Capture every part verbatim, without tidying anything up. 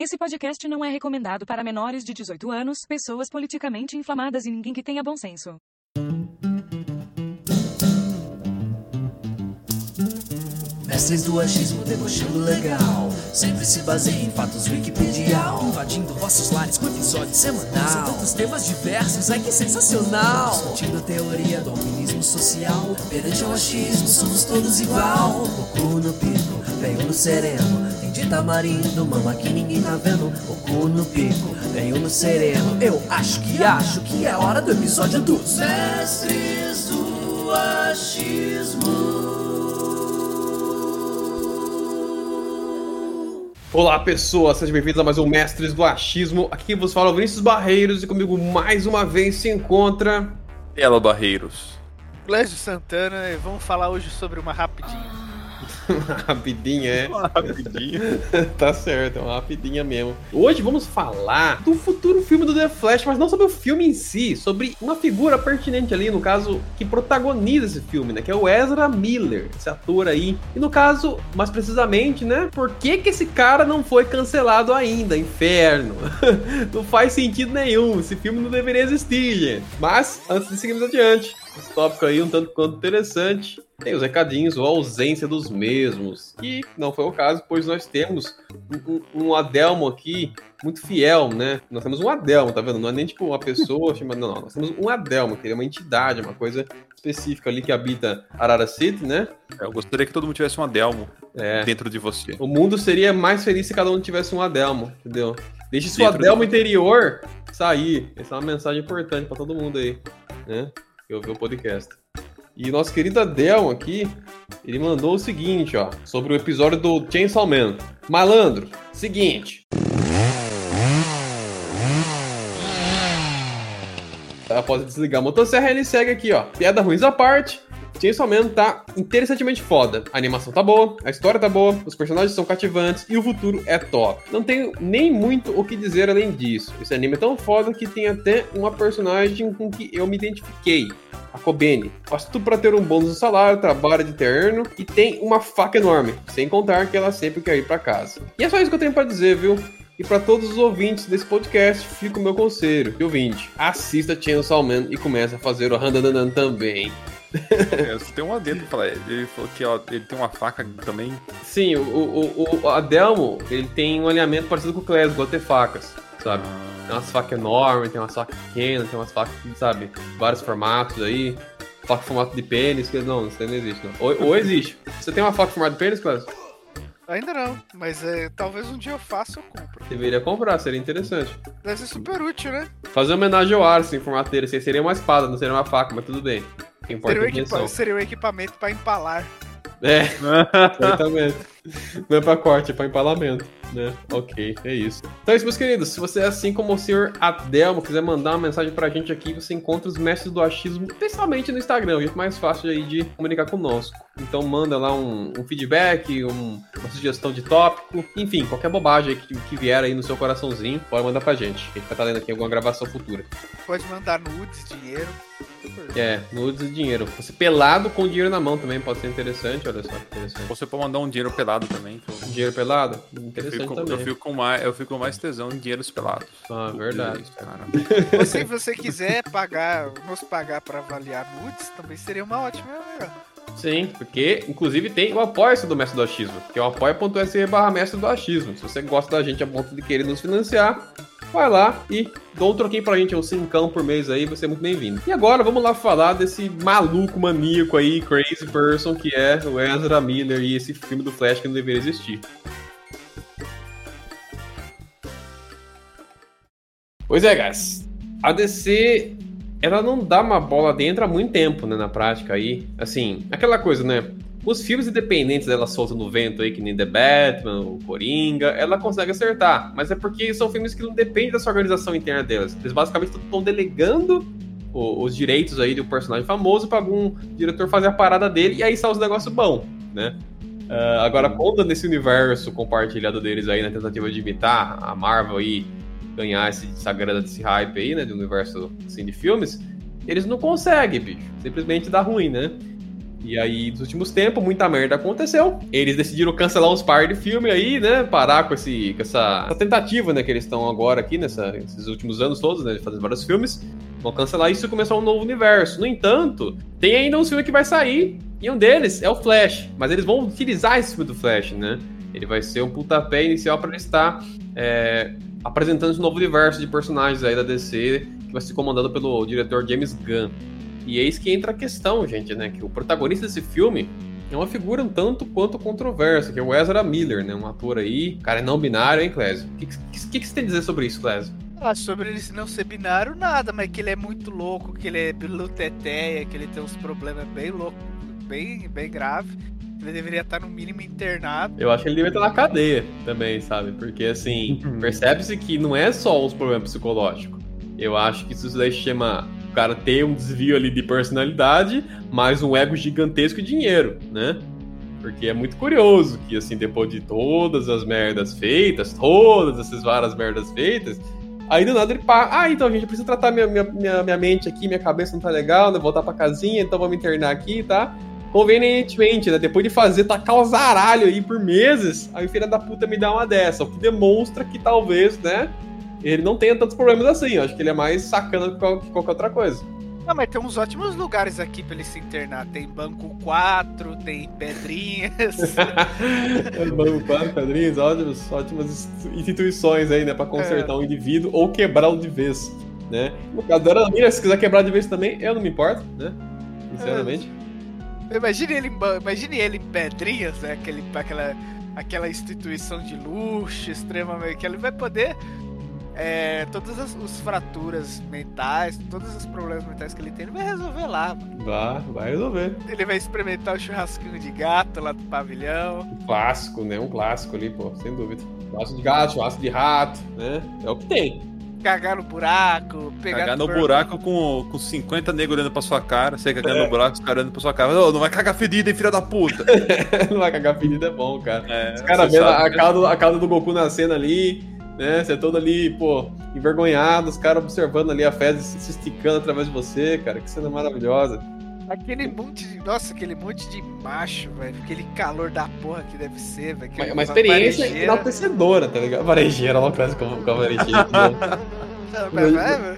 Esse podcast não é recomendado para menores de dezoito anos, pessoas politicamente inflamadas e ninguém que tenha bom senso. Mestres do achismo debochando legal, sempre se baseia em fatos wikipedial, invadindo vossos lares com episódio semanal. São tantos temas diversos, ai que sensacional. Discutindo a teoria do alpinismo social, perante ao achismo somos todos igual. O cu no pico, veio no sereno, tem de tamarindo, mama que ninguém tá vendo. O cu no pico, veio no sereno, eu acho que acho que é hora do episódio dos Mestres do Achismo. Olá pessoas, sejam bem-vindos a mais um Mestres do Achismo. Aqui quem vos fala é o Vinícius Barreiros e comigo mais uma vez se encontra... Ela Barreiros. Clésio Santana, e vamos falar hoje sobre uma rapidinha. Uma rapidinha, é? Uma rapidinha. Tá certo, é uma rapidinha mesmo. Hoje vamos falar do futuro filme do The Flash, mas não sobre o filme em si, sobre uma figura pertinente ali, no caso, que protagoniza esse filme, né? Que é o Ezra Miller, esse ator aí. E no caso, mais precisamente, né? Por que que esse cara não foi cancelado ainda? Inferno! Não faz sentido nenhum, esse filme não deveria existir, gente. Mas, antes de seguirmos adiante, esse tópico aí um tanto quanto interessante. Tem os recadinhos ou a ausência dos mesmos. E não foi o caso, pois nós temos um, um, um Adelmo aqui muito fiel, né? Nós temos um Adelmo, tá vendo? Não é nem tipo uma pessoa chamada... Não, não. Nós temos um Adelmo, que ele é uma entidade, uma coisa específica ali que habita Arara City, né? Eu gostaria que todo mundo tivesse um Adelmo é. dentro de você. O mundo seria mais feliz se cada um tivesse um Adelmo, entendeu? Deixe seu Adelmo interior sair. Essa é uma mensagem importante pra todo mundo aí, né? Que ouviu o podcast. E nosso querido Adelmo aqui, ele mandou o seguinte, ó, sobre o episódio do Chainsaw Man. Malandro, seguinte. Após desligar a motosserra, ele segue aqui, ó. Piada ruins à parte, Chainsaw Man tá interessantemente foda. A animação tá boa, a história tá boa, os personagens são cativantes e o futuro é top. Não tenho nem muito o que dizer além disso. Esse anime é tão foda que tem até uma personagem com que eu me identifiquei. A Kobeni. Faz tudo pra ter um bônus no salário, trabalha de terno e tem uma faca enorme. Sem contar que ela sempre quer ir pra casa. E é só isso que eu tenho pra dizer, viu? E pra todos os ouvintes desse podcast, fica o meu conselho. E ouvinte, assista Chainsaw Man e comece a fazer o Randandan também. É, você tem um adendo pra falar. Ele falou que ó, ele tem uma faca também. Sim, o, o, o Adelmo, ele tem um alinhamento parecido com o Clésio, gosta de ter facas, sabe? Tem umas facas enormes, tem umas facas pequenas, tem umas facas, sabe? Vários formatos aí. Faca em formato de pênis, que não, isso aí não existe, não. Ou, ou existe. Você tem uma faca em formato de pênis, Clésio? Ainda não, mas é, talvez um dia eu faça ou compro. Deveria comprar, seria interessante. Deve ser super útil, né? Fazer uma homenagem ao Arce em formato dele, assim, seria uma espada, não seria uma faca, mas tudo bem. Seria, um equipa- seria um equipamento pra empalar. É, exatamente. Não é pra corte, é pra empalamento, né? Ok, é isso. Então é isso, meus queridos. Se você é assim como o senhor Adelmo, quiser mandar uma mensagem pra gente aqui, você encontra os Mestres do Achismo, principalmente no Instagram, o jeito mais fácil aí de comunicar conosco. Então manda lá um, um feedback, um, uma sugestão de tópico, enfim, qualquer bobagem aí que, que vier aí no seu coraçãozinho, pode mandar pra gente. A gente vai estar lendo aqui alguma gravação futura. Pode mandar nudes, dinheiro. É, nudes e dinheiro. Você pelado com dinheiro na mão também pode ser interessante, olha só que interessante. Você pode mandar um dinheiro pelado também. Eu... Dinheiro pelado? Interessante eu fico, também. Eu fico, com mais, eu fico com mais tesão em dinheiros pelados. Ah, verdade. Mas se você quiser pagar, nos pagar pra avaliar nudes, também seria uma ótima melhor. Sim, porque inclusive tem o apoio-se do Mestre do Achismo, que é o apoia.se barra Mestre do Achismo. Se você gosta da gente a ponto de querer nos financiar, vai lá e dá um troquinho pra gente, um cincão por mês aí, você é muito bem-vindo. E agora vamos lá falar desse maluco maníaco aí, crazy person, que é o Ezra Miller e esse filme do Flash que não deveria existir. Pois é, guys. A D C, ela não dá uma bola dentro há muito tempo, né, na prática aí. Assim, aquela coisa, né? Os filmes independentes dela solta no vento aí, que nem The Batman, o Coringa, ela consegue acertar. Mas é porque são filmes que não dependem dessa organização interna delas. Eles basicamente estão delegando o, os direitos aí de um personagem famoso para algum diretor fazer a parada dele e aí sai os negócios bons, né? Uh, agora, quando nesse universo compartilhado deles aí, na tentativa de imitar a Marvel aí, ganhar esse, essa grana desse hype aí, né, de um universo assim, de filmes, eles não conseguem, bicho. Simplesmente dá ruim, né? E aí, nos últimos tempos, muita merda aconteceu. Eles decidiram cancelar uns par de filme aí, né? Parar com, esse, com essa, essa tentativa, né? Que eles estão agora aqui, nessa, nesses últimos anos todos, né? De fazer vários filmes. Vão cancelar isso e começar um novo universo. No entanto, tem ainda um filme que vai sair. E um deles é o Flash. Mas eles vão utilizar esse filme do Flash, né? Ele vai ser um pontapé inicial para ele estar é, apresentando esse novo universo de personagens aí da D C, que vai ser comandado pelo diretor James Gunn. E eis que entra a questão, gente, né? Que o protagonista desse filme é uma figura um tanto quanto controversa, que é o Ezra Miller, né? Um ator aí, cara é não binário, hein, Clésio? O que, que, que você tem a dizer sobre isso, Clésio? Ah, sobre ele não ser binário, nada, mas que ele é muito louco, que ele é biluteteia, que ele tem uns problemas bem loucos, bem, bem graves. Ele deveria estar no mínimo internado. Eu acho que ele deveria estar na cadeia também, sabe? Porque, assim, percebe-se que não é só os problemas psicológicos. Eu acho que isso daí chama o cara ter um desvio ali de personalidade, mais um ego gigantesco e dinheiro, né? Porque é muito curioso que, assim, depois de todas as merdas feitas, todas essas várias merdas feitas, aí do nada ele para, ah, então, gente, eu preciso tratar minha, minha, minha, minha mente aqui, minha cabeça não tá legal, né? Voltar pra casinha, então vou me internar aqui, tá? Convenientemente, né? Depois de fazer tacar o zaralho aí por meses, aí o filho da puta me dá uma dessa, o que demonstra que talvez, né, ele não tenha tantos problemas assim. Eu acho que ele é mais sacana que qualquer outra coisa. Não, mas tem uns ótimos lugares aqui pra ele se internar. Tem Banco quatro, tem Pedrinhas. Banco quatro, Pedrinhas, ótimas, ótimas instituições aí, né? Pra consertar é. um indivíduo ou quebrá-lo de vez, né? No caso da Ana, se quiser quebrar de vez também, eu não me importo, né? Sinceramente. É. Imagine ele, imagine ele em Pedrinhas, né? Aquele, aquela, aquela instituição de luxo extremamente... que ele vai poder... É, todas as, as fraturas mentais, todos os problemas mentais que ele tem, ele vai resolver lá, mano. Vai, vai resolver. Ele vai experimentar o churrasquinho de gato lá do pavilhão. Um clássico, né? Um clássico ali, pô, sem dúvida. Churrasco de gato, churrasco de rato, né? É o que tem. Cagar no buraco, pegar Cagar no buraco com, com cinquenta negros olhando pra sua cara, você cagando é. no buraco, os caras olhando pra sua cara. Não, não vai cagar fedida, hein, filha da puta. Não vai cagar fedida, é bom, cara. É, os caras vendo a, a, a cara do Goku na cena ali, né? Você é todo ali, pô, envergonhado, os caras observando ali a fezes se esticando através de você, cara. Que cena maravilhosa. Aquele monte de... Nossa, aquele monte de macho, velho. Aquele calor da porra que deve ser, velho. Uma, uma experiência enaltecedora, tá ligado? Varejeira, lá atrás com a varejeira. Mas, velho...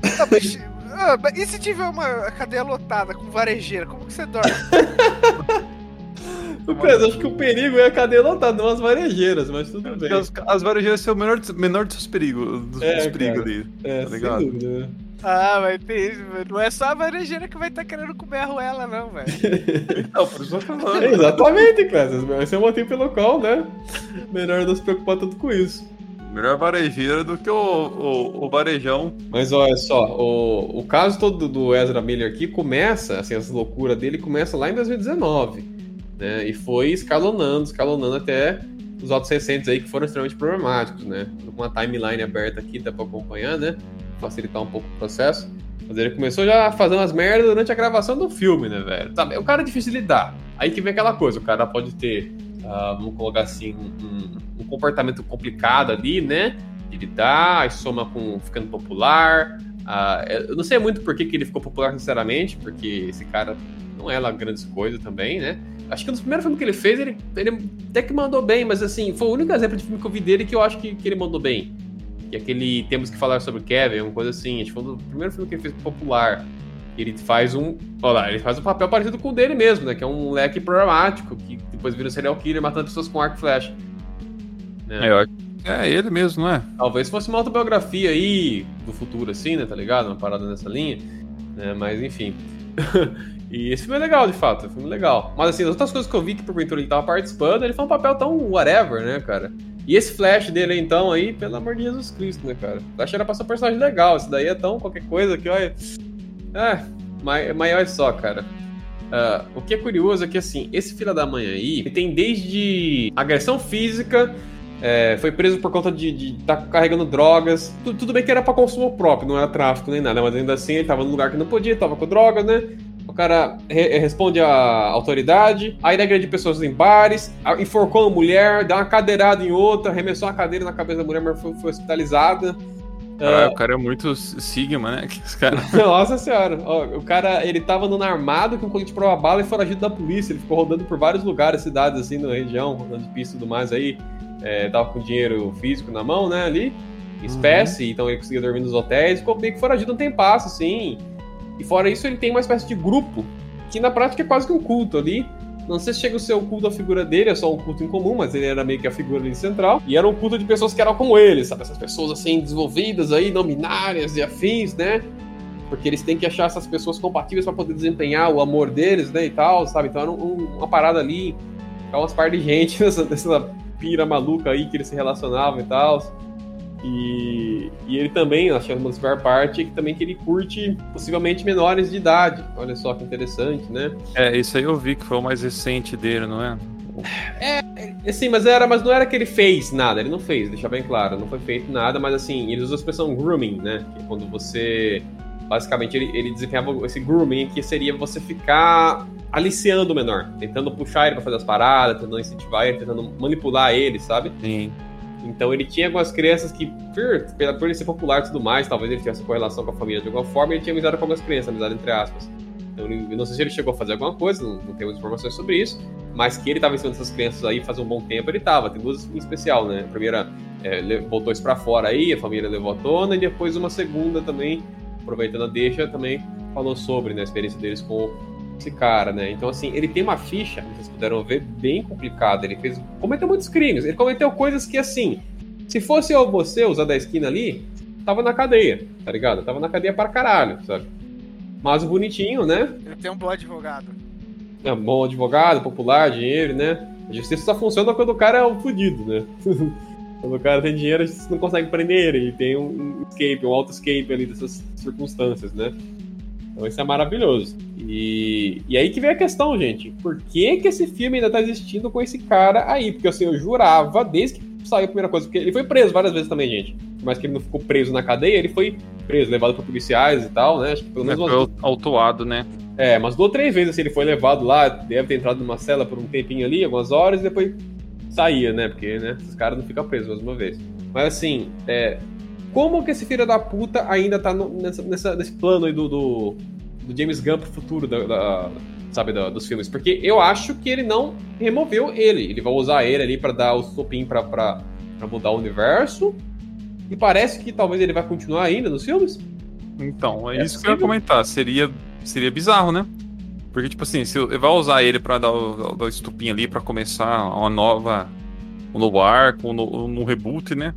E se tiver uma cadeia lotada com varejeira, como que você dorme? Pedro, acho que o perigo é a cadeia lotada, não as varejeiras, mas tudo bem. As, as varejeiras são o menor, menor dos seus perigos, dos, é, dos perigos ali. É, tá ligado? Sem dúvida, né? Ah, mas tem, não é só a varejeira que vai estar tá querendo comer a ruela, não, velho. Não, por isso eu tô falando. É, exatamente, cara. Esse é o motivo pelo qual, né? Melhor não se preocupar tanto com isso. Melhor varejeira do que o, o, o varejão. Mas olha só, o, o caso todo do Ezra Miller aqui começa, assim, essa loucura dele começa lá em dois mil e dezenove, né? E foi escalonando, escalonando até os autos recentes aí que foram extremamente problemáticos, né? Tô com uma timeline aberta aqui, dá pra acompanhar, né? Facilitar um pouco o processo. Mas ele começou já fazendo as merdas durante a gravação do filme, né, velho? Sabe, o cara é difícil de lidar. Aí que vem aquela coisa, o cara pode ter, uh, vamos colocar assim, um, um comportamento complicado ali, né? De lidar, aí soma com ficando popular. Uh, eu não sei muito por que, que ele ficou popular, sinceramente, porque esse cara não é lá grandes coisas também, né? Acho que nos primeiros filmes que ele fez, ele, ele até que mandou bem, mas assim, foi o único exemplo de filme que eu vi dele que eu acho que, que ele mandou bem. Que é aquele Temos que Falar sobre Kevin, uma coisa assim. Acho que foi o primeiro filme que ele fez popular. Ele faz um. Olha lá, ele faz um papel parecido com o dele mesmo, né? Que é um moleque problemático, que depois vira um serial killer matando pessoas com arco e flecha. Né? É, é ele mesmo, não é? Talvez fosse uma autobiografia aí do futuro, assim, né? Tá ligado? Uma parada nessa linha. Né? Mas enfim. E esse filme é legal, de fato. É um filme legal. Mas assim, as outras coisas que eu vi que porventura ele tava participando, ele foi um papel tão whatever, né, cara? E esse Flash dele, então, aí, pelo amor de Jesus Cristo, né, cara? O Flash era pra ser um personagem legal. Esse daí é tão qualquer coisa que, olha... É, mas, mas olha só, cara. Uh, o que é curioso é que, assim, esse filho da mãe aí, ele tem desde agressão física, é, foi preso por conta de estar tá carregando drogas. Tudo, tudo bem que era pra consumo próprio, não era tráfico nem nada, mas ainda assim ele tava num lugar que não podia, tava com drogas, né? O cara re- responde à autoridade, aí ele agride pessoas em bares, enforcou uma mulher, dá uma cadeirada em outra, arremessou uma cadeira na cabeça da mulher, mas foi, foi hospitalizada. Ah, o cara é muito Sigma, né? Esse cara... Nossa senhora. Ó, o cara, ele tava andando armado com um colete de prova bala e foragido da polícia. Ele ficou rodando por vários lugares, cidades assim, na região, rodando de pista e tudo mais aí. É, tava com dinheiro físico na mão, né, ali, em espécie, uhum. Então ele conseguia dormir nos hotéis. Ficou meio que foragido um tempasso, assim. E fora isso, ele tem uma espécie de grupo, que na prática é quase que um culto ali. Não sei se chega a ser o culto à figura dele, é só um culto em comum, mas ele era meio que a figura ali central. E era um culto de pessoas que eram como ele, sabe? Essas pessoas assim, desenvolvidas aí, não binárias e afins, né? Porque eles têm que achar essas pessoas compatíveis para poder desempenhar o amor deles, né, e tal, sabe? Então era um, uma parada ali, umas par de gente nessa, nessa pira maluca aí que eles se relacionavam e tal. E, e ele também, acho que é uma das pior partes, é que também que ele curte possivelmente menores de idade. Olha só que interessante, né? É, isso aí eu vi que foi o mais recente dele, não é? É, assim, mas, era, mas não era que ele fez nada, ele não fez, deixar bem claro, não foi feito nada, mas assim, ele usou a expressão grooming, né? Que é quando você, basicamente, ele, ele desempenhava esse grooming, que seria você ficar aliciando o menor, tentando puxar ele pra fazer as paradas, tentando incentivar ele, tentando manipular ele, sabe? Sim. Então ele tinha algumas crianças que, por, por ele ser popular e tudo mais, talvez ele tivesse correlação com a família de alguma forma, ele tinha amizade com algumas crianças, amizade entre aspas. Então ele, eu não sei se ele chegou a fazer alguma coisa, não, não temos informações sobre isso, mas que ele estava ensinando essas crianças aí faz um bom tempo, ele estava. Tem duas em especial, né? A primeira é, botou isso pra fora aí, a família levou à tona, e depois uma segunda também, aproveitando a deixa, também falou sobre, né, a experiência deles com esse cara, né? Então, assim, ele tem uma ficha, vocês puderam ver, bem complicada. Ele fez, cometeu muitos crimes. Ele cometeu coisas que, assim, se fosse eu ou você, usar da esquina ali, tava na cadeia, tá ligado? Tava na cadeia para caralho, sabe? Mas o bonitinho, né? Ele tem um bom advogado. É um bom advogado, popular, dinheiro, né? A justiça só funciona quando o cara é um fudido, né? Quando o cara tem dinheiro, a justiça não consegue prender ele. E tem um escape, um auto-escape ali dessas circunstâncias, né? Então isso é maravilhoso. E, e aí que vem a questão, gente. Por que que esse filme ainda tá existindo com esse cara aí? Porque assim, eu jurava, desde que saiu a primeira coisa, porque ele foi preso várias vezes também, gente. Mas que ele não ficou preso na cadeia, ele foi preso, levado por policiais e tal, né? Acho que pelo menos umas... Foi autuado, né? É, mas duas ou três vezes assim, ele foi levado lá, deve ter entrado numa cela por um tempinho ali, algumas horas, e depois saía, né? Porque, né, esses caras não ficam presos mais uma vez. Mas assim, é... como que esse filho da puta ainda tá no, nessa, nessa, nesse plano aí do, do, do James Gunn pro futuro, da, da, sabe, da, dos filmes? Porque eu acho que ele não removeu ele. Ele vai usar ele ali pra dar o sopim pra, pra, pra mudar o universo. E parece que talvez ele vai continuar ainda nos filmes. Então, é, é isso possível? Que eu ia comentar. Seria, seria bizarro, né? Porque, tipo assim, se ele vai usar ele pra dar o, dar o estupim ali, pra começar uma nova... um novo arco, um, no, um reboot, né?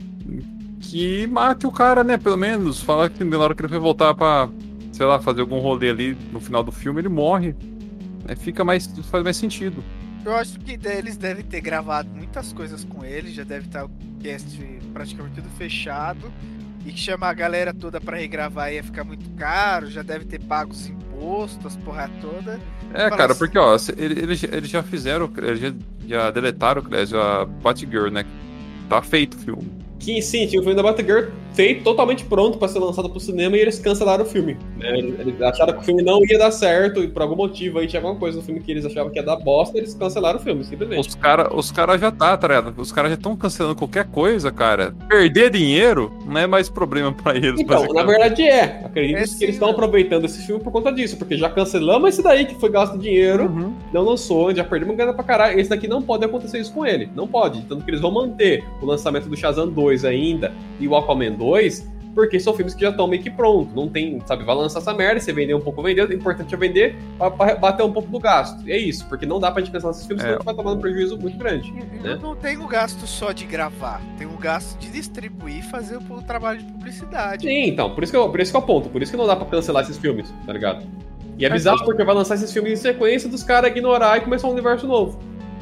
Que mate o cara, né? Pelo menos. Falar que na hora que ele vai voltar pra, sei lá, fazer algum rolê ali no final do filme, ele morre. Aí fica mais... faz mais sentido. Eu acho que eles devem ter gravado muitas coisas com ele, já deve estar o cast praticamente tudo fechado. E que chamar a galera toda pra regravar ia ficar muito caro, já deve ter pago os impostos, as porra toda. É, Fala cara, assim... porque, ó, eles, eles já fizeram, eles já, já deletaram, Clésio, a Batgirl, né? Tá feito o filme. Que sim, tinha o filme da Batgirl feito, totalmente pronto pra ser lançado pro cinema, e eles cancelaram o filme. Né? Eles, eles acharam que o filme não ia dar certo, e por algum motivo aí tinha alguma coisa no filme que eles achavam que ia dar bosta, e eles cancelaram o filme, simplesmente. Os caras os cara já tá, tá ligado? Os caras já estão cancelando qualquer coisa, cara. Perder dinheiro não é mais problema pra eles. Então, na verdade é. Acredito é, que sim, eles estão aproveitando esse filme por conta disso, porque já cancelamos esse daí que foi gasto dinheiro, uhum. não lançou, já perdemos grana pra caralho. Esse daqui não pode acontecer isso com ele. Não pode. Tanto que eles vão manter o lançamento do Shazam dois ainda e o Aquaman dois, porque são filmes que já estão meio que prontos. Não tem, sabe, vai lançar essa merda, você vender um pouco, vendeu, o importante é vender pra, pra bater um pouco do gasto. E é isso, porque não dá pra gente pensar nesses filmes, senão é. vai tomar um prejuízo muito grande. E, né? Não tem o gasto só de gravar, tem o gasto de distribuir e fazer o, o trabalho de publicidade. Sim, então, por isso, que eu, por isso que é o ponto, por isso que não dá pra cancelar esses filmes, tá ligado? E é bizarro porque vai lançar esses filmes em sequência dos caras ignorar e começar um universo novo.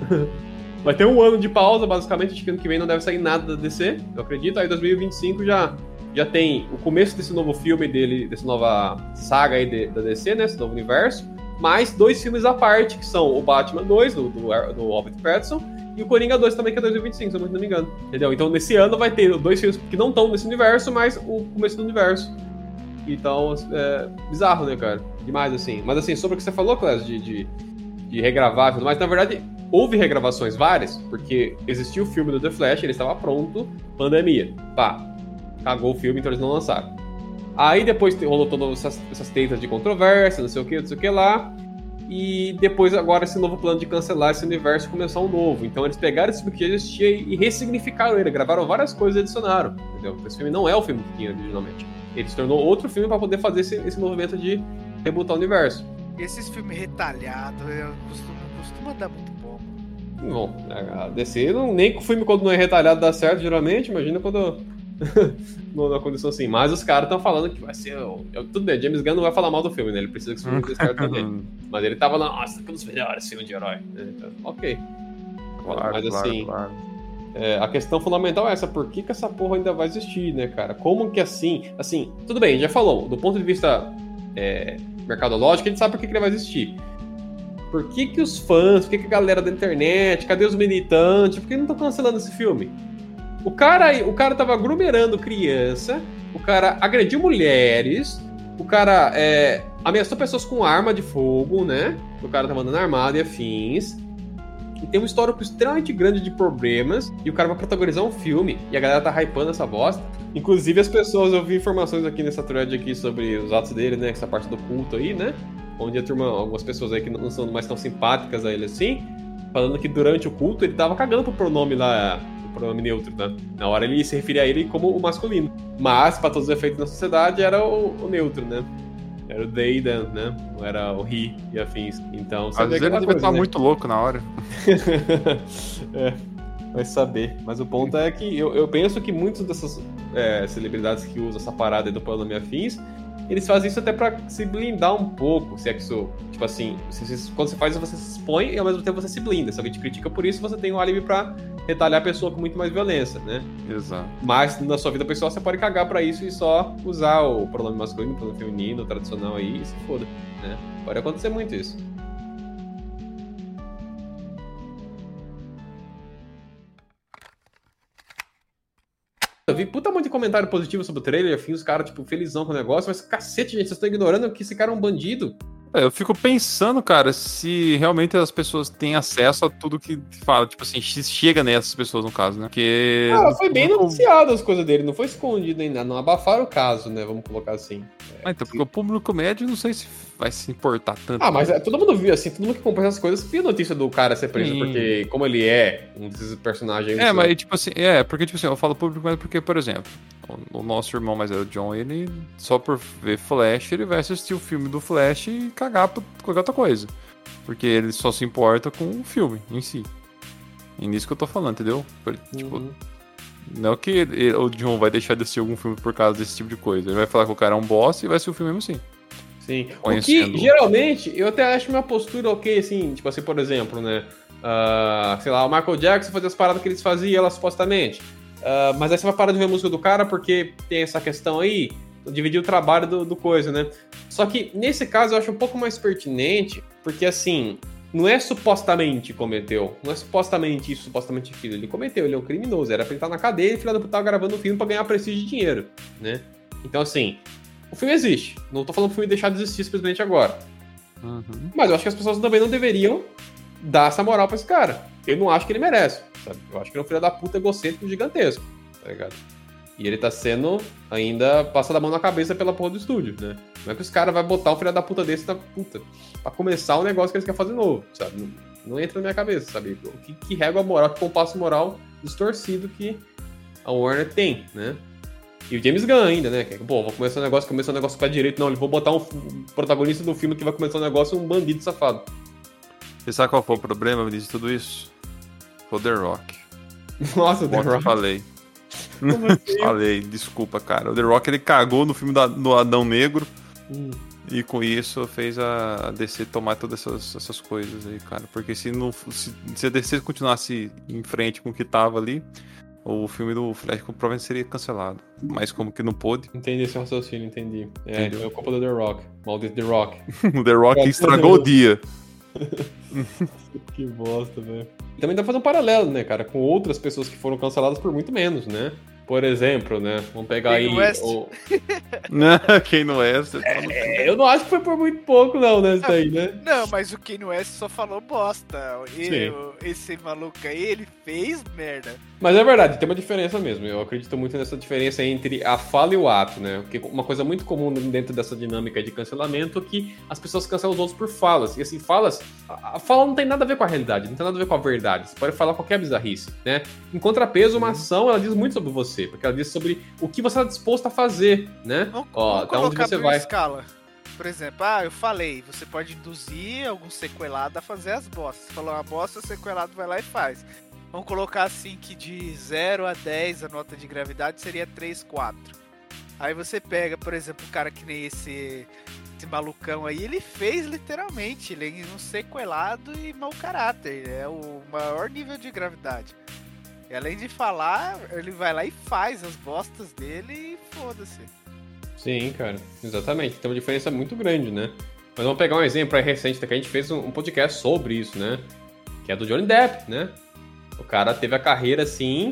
Vai ter um ano de pausa, basicamente, acho que ano que vem não deve sair nada da D C, eu acredito. Aí dois mil e vinte e cinco já, já tem o começo desse novo filme dele, dessa nova saga aí de, da D C, né, esse novo universo, mais dois filmes à parte, que são o Batman dois, do, do, do Robert Pattinson, e o Coringa dois também, que é dois mil e vinte e cinco, se eu não me engano. Entendeu? Então nesse ano vai ter dois filmes que não estão nesse universo, mas o começo do universo. Então, é bizarro, né, cara? Demais, assim. Mas assim, sobre o que você falou, Clésio, de, de, de regravar e tudo mais, na verdade... houve regravações várias, porque existia o filme do The Flash, ele estava pronto, pandemia, pá. cagou o filme, então eles não lançaram. Aí depois rolou todas essas, essas teitas de controvérsia, não sei o que, não sei o que lá. E depois agora esse novo plano de cancelar esse universo e começar um novo. Então eles pegaram esse filme que já existia e ressignificaram ele, gravaram várias coisas e adicionaram, entendeu? Esse filme não é o filme que tinha originalmente. Ele se tornou outro filme pra poder fazer esse, esse movimento de rebootar o universo. Esses filmes retalhados, eu costumo, costuma dar muito bom. Bom, a D C não, nem com o filme quando não é retalhado dá certo, geralmente, imagina quando... na condição assim, mas os caras estão falando que vai ser. Eu, eu, tudo bem, James Gunn não vai falar mal do filme, né? Ele precisa que esse filme dê certo também. Mas ele tava lá, nossa, que um dos melhores filmes de herói. Então, ok. Claro, mas claro, assim, claro. É, a questão fundamental é essa: por que, que essa porra ainda vai existir, né, cara? Como que assim. Assim, tudo bem, já falou, do ponto de vista é, mercadológico, a gente sabe por que, que ele vai existir. Por que, que os fãs, por que, que a galera da internet, cadê os militantes, por que não estão cancelando esse filme? O cara, o cara tava aglomerando criança, o cara agrediu mulheres, o cara é, ameaçou pessoas com arma de fogo, né? O cara tava andando armado e afins. E tem um histórico extremamente grande de problemas, e o cara vai protagonizar um filme, e a galera tá hypando essa bosta. Inclusive as pessoas, eu vi informações aqui nessa thread aqui sobre os atos dele, né? Essa parte do culto aí, né? Onde a turma, algumas pessoas aí que não são mais tão simpáticas a ele assim, falando que durante o culto ele tava cagando pro pronome lá, o pronome neutro, né? Na hora ele se referia a ele como o masculino. Mas, pra todos os efeitos na sociedade, era o, o neutro, né? Era o they, them, né? Não era o he e afins. Então, às vezes ele deve estar muito louco na hora. É, vai saber. Mas o ponto é que eu, eu penso que muitas dessas é, celebridades que usam essa parada aí do pronome afins, eles fazem isso até pra se blindar um pouco, se é que isso, tipo assim, se, quando você faz isso, você se expõe e ao mesmo tempo você se blinda. Se alguém te critica por isso, você tem um álibi pra retalhar a pessoa com muito mais violência, né? Exato. Mas na sua vida pessoal você pode cagar pra isso e só usar o pronome masculino, o pronome feminino, o tradicional aí e se foda, né? Pode acontecer muito isso. Eu vi puta muito de comentário positivo sobre o trailer, afim, os caras, tipo, felizão com o negócio, mas cacete, gente, vocês estão ignorando que esse cara é um bandido. É, eu fico pensando, cara, se realmente as pessoas têm acesso a tudo que fala, tipo assim, chega nessas pessoas, no caso, né? Porque... Cara, foi bem noticiado as coisas dele, não foi escondido ainda, não abafaram o caso, né, vamos colocar assim. É, ah, então, porque o público médio, não sei se vai se importar tanto. Ah, mas é, todo mundo viu, assim, todo mundo que acompanha essas coisas viu a notícia do cara ser preso, Sim. porque como ele é um desses personagens... É, mas tipo assim, é, porque tipo assim, eu falo público médio porque, por exemplo, o, o nosso irmão mais velho, o John, ele, só por ver Flash, ele vai assistir o filme do Flash e cagar por qualquer outra coisa. Porque ele só se importa com o filme em si. E nisso que eu tô falando, entendeu? Tipo, uhum. Não é que ele, o John vai deixar de assistir algum filme por causa desse tipo de coisa. Ele vai falar que o cara é um boss e vai assistir o filme mesmo assim. Sim. O que, geralmente, eu até acho minha postura ok, assim, tipo assim, por exemplo, né? Uh, sei lá, o Michael Jackson fazia as paradas que eles faziam lá supostamente. Uh, mas aí você vai parar de ver a música do cara porque tem essa questão aí, dividir o trabalho do, do coisa, né? Só que nesse caso eu acho um pouco mais pertinente, porque assim, não é supostamente cometeu, não é supostamente isso, supostamente aquilo, ele cometeu, ele é um criminoso, era pra ele estar na cadeia e filho da puta tava gravando um filme pra ganhar prestígio e dinheiro, né? Então assim, o filme existe, não tô falando pro filme deixar de existir simplesmente agora. Uhum. Mas eu acho que as pessoas também não deveriam dar essa moral pra esse cara. Eu não acho que ele merece, sabe? Eu acho que ele é um filho da puta egocêntrico gigantesco, tá ligado? E ele tá sendo ainda passado a mão na cabeça pela porra do estúdio, né? Não é que os caras vão botar um filho da puta desse na puta pra começar o negócio que eles querem fazer novo, sabe? Não, não entra na minha cabeça, sabe? Que, que régua moral, que compasso moral distorcido que a Warner tem, né? E o James Gunn ainda, né? Que, pô, vou começar um negócio, começar um negócio com a direito. Não, ele vou botar um protagonista do filme que vai começar um negócio, um bandido safado. Você sabe qual foi o problema de tudo isso? Foi o The Rock. Nossa, o The Rock. Eu falei. Assim? Falei, desculpa, cara. O The Rock, ele cagou no filme do, do Adão Negro. Hum. E com isso fez a D C tomar todas essas, essas coisas aí, cara. Porque se, não, se, se a D C continuasse em frente com o que tava ali, o filme do Flash provavelmente seria cancelado. Mas como que não pôde? Entendi esse raciocínio, entendi. É, é a culpa do The Rock. Maldito The Rock. O The Rock estragou o dia. Que bosta, velho. Também dá pra fazer um paralelo, né, cara, com outras pessoas que foram canceladas por muito menos, né? Por exemplo, né, vamos pegar Kanye aí... West. O... Quem não é? Você tá no... é, eu não acho que foi por muito pouco, não, né, isso aí, né? Não, mas o Kanye West só falou bosta. Ele, esse maluco aí, ele fez merda. Mas é verdade, tem uma diferença mesmo. Eu acredito muito nessa diferença entre a fala e o ato, né? Porque uma coisa muito comum dentro dessa dinâmica de cancelamento é que as pessoas cancelam os outros por falas. E assim, falas... A fala não tem nada a ver com a realidade, não tem nada a ver com a verdade. Você pode falar qualquer bizarrice, né? Em contrapeso, uma ação, ela diz muito sobre você. Porque ela diz sobre o que você está disposto a fazer, né? Vamos, Ó, vamos até onde colocar você por uma vai. escala. Por exemplo, ah, eu falei, você pode induzir algum sequelado a fazer as bostas. Você falou uma bosta, o sequelado vai lá e faz. Vamos colocar assim que de zero a dez a nota de gravidade seria três, quatro. Aí você pega, por exemplo, um cara que nem esse, esse malucão aí, ele fez literalmente, ele é um sequelado e mau caráter, é o maior nível de gravidade. E além de falar, ele vai lá e faz as bostas dele e foda-se. Sim, cara, exatamente. Tem uma diferença muito grande, né? Mas vamos pegar um exemplo aí recente, que a gente fez um podcast sobre isso, né? Que é do Johnny Depp, né? O cara teve a carreira, assim,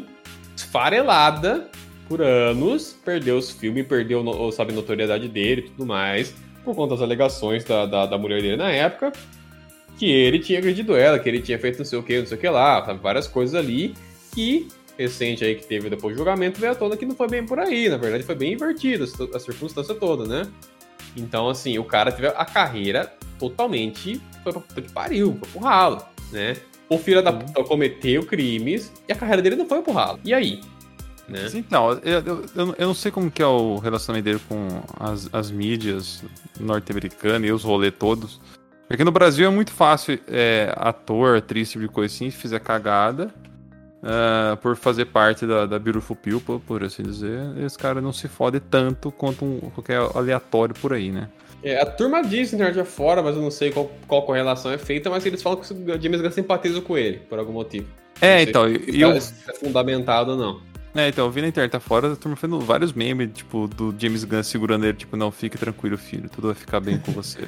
esfarelada por anos, perdeu os filmes, perdeu, sabe, a notoriedade dele e tudo mais, por conta das alegações da, da, da mulher dele na época, que ele tinha agredido ela, que ele tinha feito não sei o que, não sei o que lá, sabe, várias coisas ali, que, recente aí, que teve depois do julgamento, veio à tona que não foi bem por aí, na verdade foi bem invertido a circunstância toda, né? Então, assim, o cara teve a carreira totalmente, foi pra puta que pariu, foi pro ralo, né? O filho da puta cometeu crimes e a carreira dele não foi pro ralo. E aí? Né? Então, eu, eu, eu não sei como que é o relacionamento dele com as, as mídias norte-americanas e os rolês todos. Porque no Brasil é muito fácil é, ator, atriz, tipo de coisa assim, se fizer cagada uh, por fazer parte da, da Beautiful People, por assim dizer, esse cara não se fode tanto quanto um, qualquer aleatório por aí, né? É, a turma diz internet afora, mas eu não sei qual, qual correlação é feita, mas eles falam que o James Gunn simpatiza com ele, por algum motivo. É, então, se e eu... Se é fundamentado ou não. É, então, eu vi na internet afora, a turma fazendo vários memes, tipo, do James Gunn segurando ele, tipo, não, fique tranquilo, filho, tudo vai ficar bem com você.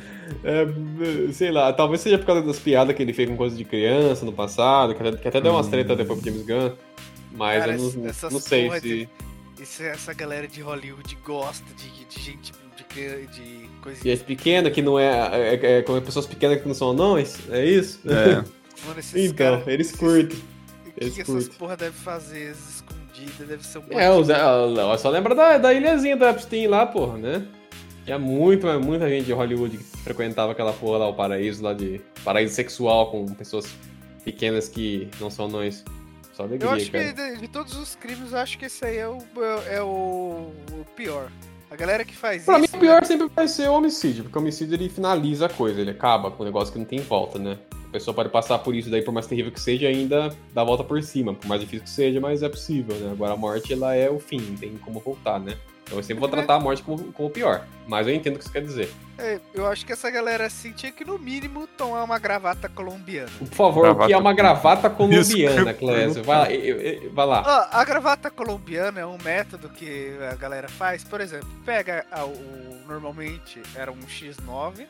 É, sei lá, talvez seja por causa das piadas que ele fez com coisa de criança no passado, que até, que até deu umas treta depois pro James Gunn, mas Cara, eu não, essas não sei porra se... de- Isso, essa galera de Hollywood gosta de, de gente de, cri- de coisa. Gente pequena que não é, é, é como pessoas pequenas que não são anões, é isso? É. Mano, esses Então, cara- eles esses- curtem. O que, eles que essas curtem. porra devem fazer? Escondidas, deve ser um É, o Zé, ó, só lembra da, da ilhazinha do Epstein lá, porra, né? Tinha muito, mas muita gente de Hollywood que frequentava aquela porra lá, o paraíso lá de... Paraíso sexual com pessoas pequenas que não são anões. Só alegria, Eu acho cara. que de, de todos os crimes, eu acho que esse aí é o, é o, o pior. A galera que faz Pra isso. mim, o pior sempre vai ser o homicídio, porque o homicídio ele finaliza a coisa, ele acaba com um negócio que não tem volta, né? A pessoa pode passar por isso daí, por mais terrível que seja, ainda dá a volta por cima. Por mais difícil que seja, mas é possível, né? Agora a morte, ela é o fim, não tem como voltar, né? Então eu sempre vou tratar a morte como, como o pior. Mas eu entendo o que isso quer dizer. É, eu acho que essa galera assim tinha que, no mínimo, tomar uma gravata colombiana. Por favor, Gravata o que é uma gravata colombiana, Isso que eu ia Clésio? Vai lá, eu- eu- vai lá. Ó, a gravata colombiana é um método que a galera faz. Por exemplo, pega a- o, normalmente era um xis nove,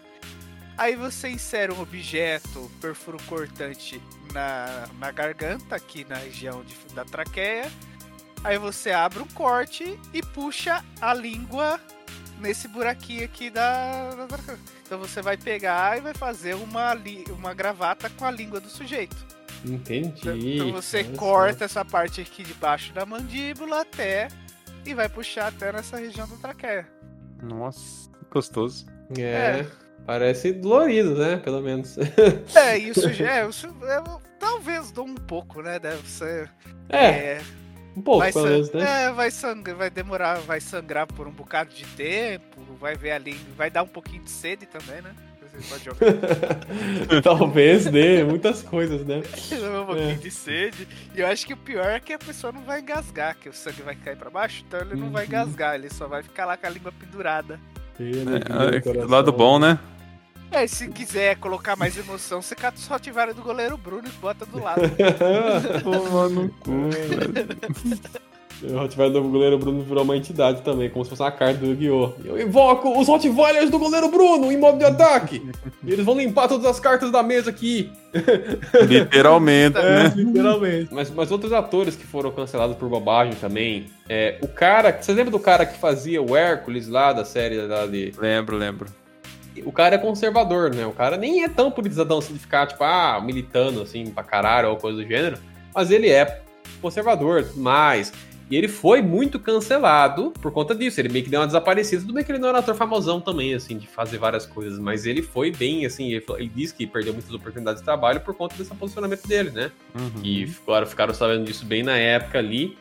aí você insere um objeto perfuro cortante na, na garganta, aqui na região de- da traqueia, aí você abre um corte e puxa a língua nesse buraquinho aqui da, da garganta. Então você vai pegar e vai fazer uma, li- uma gravata com a língua do sujeito. Entendi. Então você Olha corta essa parte aqui de baixo da mandíbula até e vai puxar até nessa região da traqueia. Nossa, gostoso. só. É, É. parece dolorido, né? Pelo menos. É, e o sujeito. É, o su- é, talvez dou um pouco, né? Deve ser. É, um pouco, vai pelo san- menos, né? É, vai sangrar, vai demorar, vai sangrar por um bocado de tempo, vai ver ali, vai dar um pouquinho de sede também, né? Você pode jogar Talvez dê muitas coisas, né? um pouquinho É. de sede. E eu acho que o pior é que a pessoa não vai engasgar, que o sangue vai cair pra baixo, então ele não vai Uhum. engasgar, ele só vai ficar lá com a língua pendurada. É, é, lado bom, né? É, se quiser colocar mais emoção, você cata o Rottweiler do goleiro Bruno e bota do lado. Toma no cu, velho. O Rottweiler do goleiro Bruno virou uma entidade também, como se fosse uma carta do Yu-Gi-Oh! Eu invoco os Rottweilers do goleiro Bruno em modo de ataque! E eles vão limpar todas as cartas da mesa aqui! Literalmente, né? literalmente. Mas, mas outros atores que foram cancelados por bobagem também. É, o cara. Você lembra do cara que fazia o Hércules lá da série lá de. Lembro, lembro. O cara é conservador, né? O cara nem é tão politizadão assim de ficar, tipo, ah, militando assim pra caralho ou coisa do gênero. Mas ele é conservador e tudo mais. E ele foi muito cancelado por conta disso. Ele meio que deu uma desaparecida. Tudo bem que ele não era ator famosão também, assim, de fazer várias coisas. Mas ele foi bem, assim, ele, ele disse que perdeu muitas oportunidades de trabalho por conta desse posicionamento dele, né? Uhum. E claro, ficaram sabendo disso bem na época ali.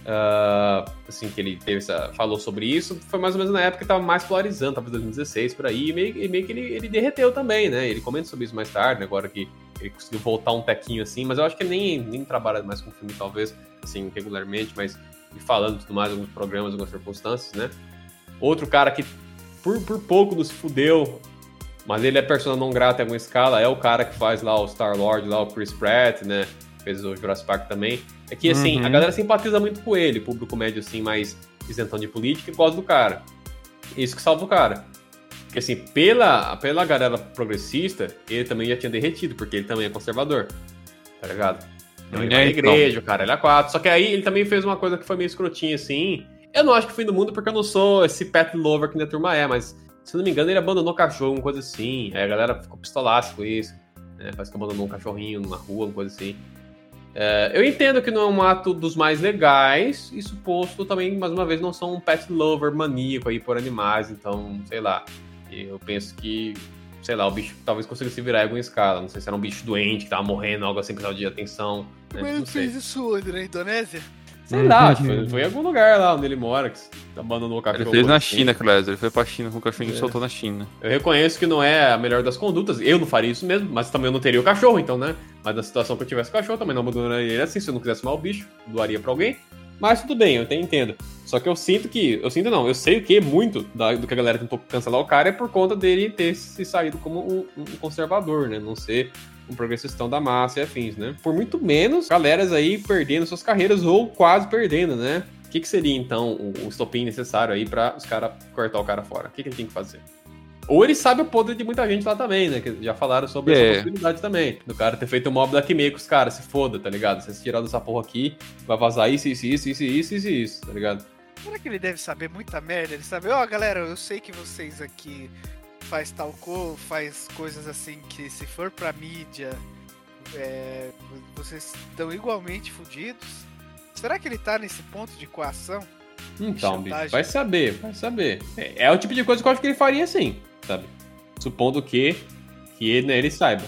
Uh, assim, que ele teve essa, falou sobre isso. Foi mais ou menos na época que tava mais polarizando, talvez dois mil e dezesseis, por aí. E meio, e meio que ele, ele derreteu também, né? Ele comenta sobre isso mais tarde, né? Agora que ele conseguiu voltar um tequinho assim. Mas eu acho que ele nem, nem trabalha mais com filme, talvez, assim, regularmente, mas... e falando tudo mais, alguns programas, algumas circunstâncias, né? Outro cara que por, por pouco nos fudeu, mas ele é persona não grata em alguma escala, é o cara que faz lá o Star-Lord, lá o Chris Pratt, né? Fez o Jurassic Park também. É que, assim, uhum. a galera simpatiza muito com ele, público médio, assim, mais isentão de política, e gosta do cara. Isso que salva o cara. Porque, assim, pela, pela galera progressista, ele também já tinha derretido, porque ele também é conservador, tá ligado? Então, ele vai na igreja, o cara, ele é quatro. Só que aí ele também fez uma coisa que foi meio escrotinha, assim. Eu não acho que foi do mundo, porque eu não sou esse pet lover que minha turma é, mas, se não me engano, ele abandonou o cachorro, uma coisa assim. Aí a galera ficou pistolaça com isso. Né? Parece que abandonou um cachorrinho na rua, uma coisa assim. É, eu entendo que não é um ato dos mais legais, e suposto também, mais uma vez, não sou um pet lover maníaco aí por animais, então, sei lá. Eu penso que... sei lá, o bicho talvez consiga se virar em alguma escala. Não sei se era um bicho doente, que tava morrendo, algo assim, precisava de atenção. Né? Mas ele fez isso onde? Na Indonésia? Sei lá, acho que foi, foi em algum lugar lá onde ele mora, que abandonou o cachorro. Ele fez na assim. China, Cléber. Ele foi pra China com o cachorrinho e é. soltou na China. Eu reconheço que não é a melhor das condutas. Eu não faria isso mesmo, mas também eu não teria o cachorro, então, né? Mas na situação que eu tivesse o cachorro, também não abandonaria ele assim. Se eu não quisesse mal o bicho, doaria pra alguém. Mas tudo bem, eu até entendo. Só que eu sinto que... Eu sinto não, eu sei o que muito da, do que a galera tentou cancelar o cara é por conta dele ter se saído como um, um conservador, né? Não ser um progressistão da massa e afins, né? Por muito menos, galeras aí perdendo suas carreiras ou quase perdendo, né? O que, que seria, então, o, o estopim necessário aí pra os caras cortar o cara fora? O que, que ele tem que fazer? Ou ele sabe o podre de muita gente lá também, né? Que já falaram sobre é. essa possibilidade também. Do cara ter feito um mob daqui meio com os caras, se foda, tá ligado? Se você tirar dessa porra aqui, vai vazar isso, isso, isso, isso, isso, isso, isso, tá ligado? Será que ele deve saber muita merda? Ele sabe, ó, oh, galera, eu sei que vocês aqui faz tal coisa, faz coisas assim que se for pra mídia, é, vocês estão igualmente fodidos. Será que ele tá nesse ponto de coação? Então, bicho, vai saber, vai saber. É, é o tipo de coisa que eu acho que ele faria sim, sabe? Supondo que, que ele, né, ele saiba.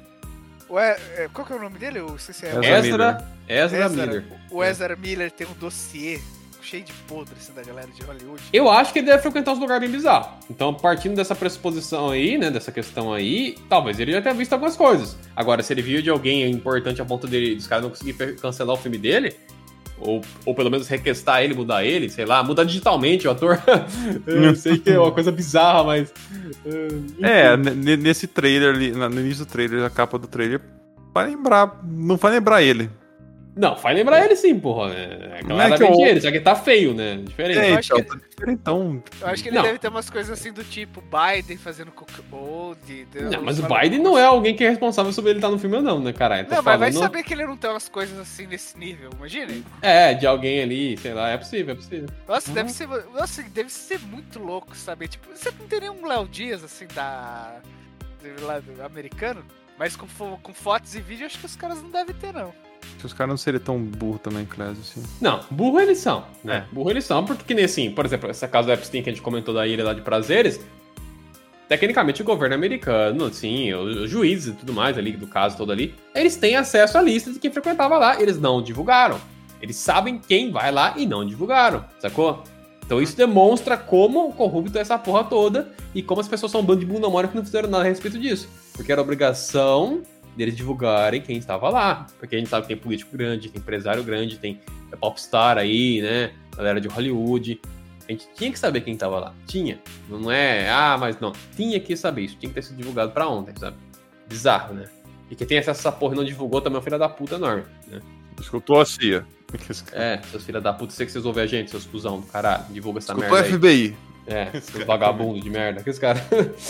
Ué, qual que é o nome dele? Eu sei se é Ezra, Ezra, Ezra Miller. O Ezra Miller tem um dossiê cheio de podre assim, da galera de Hollywood. Eu acho que ele deve frequentar uns lugares bem bizarros. Então, partindo dessa pressuposição aí, né, dessa questão aí, talvez ele já tenha visto algumas coisas. Agora, se ele viu de alguém importante a ponto dele, dos caras não conseguirem cancelar o filme dele, ou, ou pelo menos requestar ele, mudar ele, sei lá, mudar digitalmente o ator. Eu sei que é uma coisa bizarra, mas... Uh, é, n- nesse trailer ali, no início do trailer, a capa do trailer, vai lembrar, não vai lembrar ele. Não, vai lembrar ele sim, porra. É claramente é ele, só que tá feio, né? Diferente. É, eu acho então, que, então, eu acho que ele não. deve ter umas coisas assim do tipo Biden fazendo cookboard. Não, mas o Biden não é alguém que é responsável sobre ele estar no filme ou não, né, caralho? Não, mas vai saber que ele não tem umas coisas assim nesse nível, imagine. É, de alguém ali, sei lá, é possível, é possível. Nossa, uhum. deve ser, nossa, deve ser muito louco saber. Tipo, você não tem nenhum Léo Dias, assim, da... Do lado americano, mas com, com fotos e vídeos, acho que os caras não devem ter, não. Se os caras não seriam tão burros também, Clésio, assim. Não, burro eles são, né? É. Burro eles são, porque que nem assim, por exemplo, essa casa do Epstein que a gente comentou da ilha lá de prazeres, tecnicamente o governo americano, assim, os juízes e tudo mais ali, do caso todo ali, eles têm acesso à lista de quem frequentava lá, eles não divulgaram. Eles sabem quem vai lá e não divulgaram, sacou? Então isso demonstra como corrupto é essa porra toda e como as pessoas são um bando de bunda mole que não fizeram nada a respeito disso. Porque era obrigação deles divulgarem quem estava lá. Porque a gente sabe que tem político grande, tem empresário grande, tem popstar aí, né? Galera de Hollywood. A gente tinha que saber quem estava lá. Tinha. Não é, ah, mas não. Tinha que saber isso. Tinha que ter sido divulgado pra ontem, sabe? Bizarro, né? E quem tem acesso a essa porra e não divulgou também é um filho da puta enorme, né? Escutou a C I A. É, seus filhos da puta, sei que vocês ouvem a gente, seus cuzão do caralho. Divulga essa Escutou merda aí. F B I. É, seus vagabundos de merda. Que esse cara...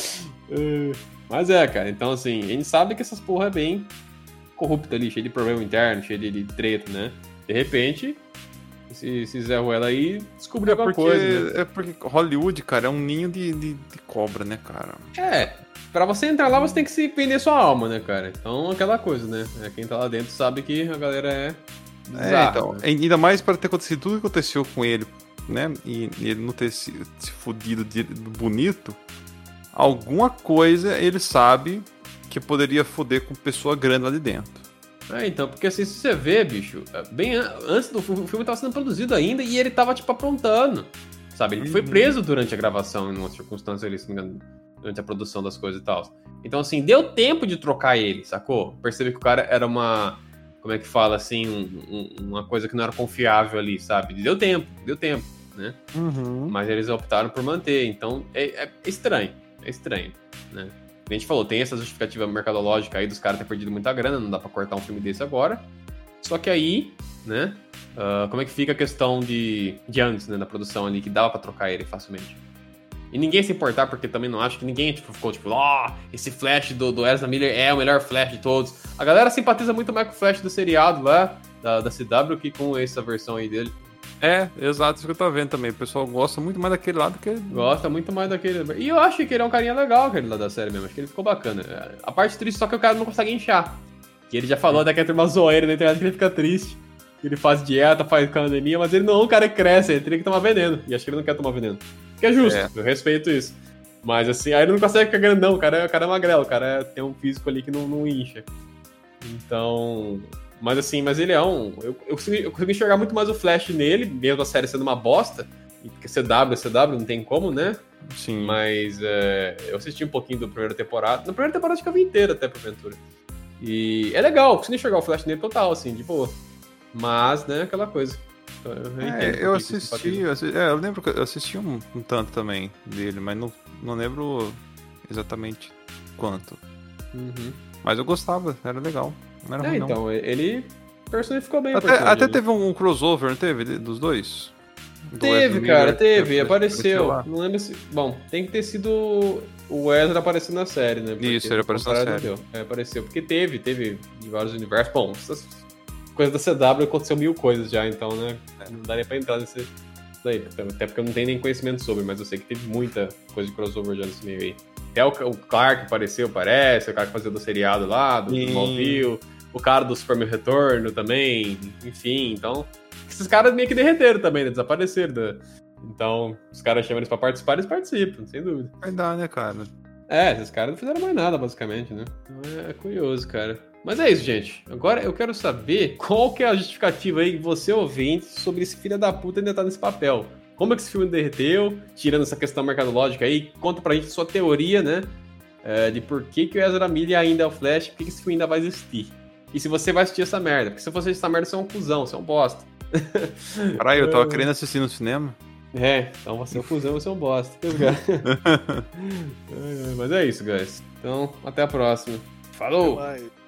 Mas é, cara, então assim, a gente sabe que essas porra é bem corrupta ali, cheio de problema interno, cheio de, de treta, né? De repente, esse, esse Zé Ruela aí descobriu é alguma porque, coisa, né? É porque Hollywood, cara, é um ninho de, de, de cobra, né, cara? É, pra você entrar lá, você tem que se vender sua alma, né, cara? Então, aquela coisa, né? Quem tá lá dentro sabe que a galera é É, então, ainda mais para ter acontecido tudo que aconteceu com ele, né? E, e ele não ter se, se fudido de, bonito. Alguma coisa ele sabe que poderia foder com pessoa grande lá de dentro. É, então, porque assim, se você vê, bicho, bem an- antes do filme, o filme tava sendo produzido ainda e ele tava, tipo, aprontando, sabe? Ele uhum. foi preso durante a gravação, em uma circunstância ali, se não me engano, durante a produção das coisas e tal. Então, assim, deu tempo de trocar ele, sacou? Percebe que o cara era uma... Como é que fala, assim, um, um, uma coisa que não era confiável ali, sabe? Deu tempo, deu tempo, né? Uhum. Mas eles optaram por manter, então é, é estranho, é estranho, né? A gente falou, tem essa justificativa mercadológica aí dos caras terem perdido muita grana, não dá pra cortar um filme desse agora. Só que aí, né, uh, como é que fica a questão de, de antes, né, da produção ali, que dava pra trocar ele facilmente. E ninguém se importar, porque também não acho que ninguém tipo, ficou tipo, ó, oh, esse Flash do, do Ezra Miller é o melhor Flash de todos. A galera simpatiza muito mais com o Flash do seriado lá, da, da C W, que com essa versão aí dele. É, exato, isso que eu tô vendo também. O pessoal gosta muito mais daquele lado que... Gosta muito mais daquele... E eu acho que ele é um carinha legal, aquele lá da série mesmo. Acho que ele ficou bacana. A parte triste só que o cara não consegue inchar. Que ele já falou até que é turma zoeira na internet que ele fica triste. Ele faz dieta, faz academia, mas ele não é um cara que cresce, ele teria que tomar veneno. E acho que ele não quer tomar veneno. Que é justo, é. Eu respeito isso. Mas assim, aí ele não consegue ficar grandão, o cara é, o cara é magrelo, o cara é, tem um físico ali que não, não incha. Então... Mas assim, mas ele é um... Eu, eu, consigo, eu consigo enxergar muito mais o Flash nele, mesmo a série sendo uma bosta. Porque C W é C W, não tem como, né? Sim. Mas é, eu assisti um pouquinho da primeira temporada. Na primeira temporada acho que eu vi inteira até, porventura. E é legal, eu consigo enxergar o Flash nele total, assim, de boa. Mas, né, aquela coisa. Eu, é, eu assisti, eu assisti, é, eu lembro que eu assisti um, um tanto também dele, mas não, não lembro exatamente quanto. Uhum. Mas eu gostava, era legal. Não era é, ruim, então, não. ele personificou bem até, até teve um crossover, não teve? Dos dois? Do teve, cara, Miller, teve, que apareceu. apareceu não lembro se... Bom, tem que ter sido o Ezra aparecendo na série, né? Porque isso, ele apareceu na série. É, apareceu, porque teve, teve em vários universos. Bom, essas coisas da C W aconteceu mil coisas já, então, né? É. Não daria pra entrar nesse daí. Até porque eu não tenho nem conhecimento sobre, mas eu sei que teve muita coisa de crossover já nesse meio aí. Até o, o Clark apareceu, parece, o cara que fazia do seriado lá, do Smallville, o cara do Superman Retorno também, enfim, então... Esses caras meio que derreteram também, né? Desapareceram. Né? Então, os caras chamam eles pra participar, eles participam, sem dúvida. Vai dar, né, cara? É, esses caras não fizeram mais nada, basicamente, né? Então é curioso, cara. Mas é isso, gente. Agora eu quero saber qual que é a justificativa aí, você ouvinte, sobre esse filho da puta ainda tá nesse papel. Como é que esse filme derreteu? Tirando essa questão mercadológica aí, conta pra gente sua teoria, né? É, de por que, que o Ezra Miller ainda é o Flash, por que, que esse filme ainda vai existir. E se você vai assistir essa merda. Porque se você assistir essa merda, você é um cuzão, você é um bosta. Caralho, eu tava querendo assistir no cinema. É, então você é um cuzão, você é um bosta. Mas é isso, guys. Então, até a próxima. Falou!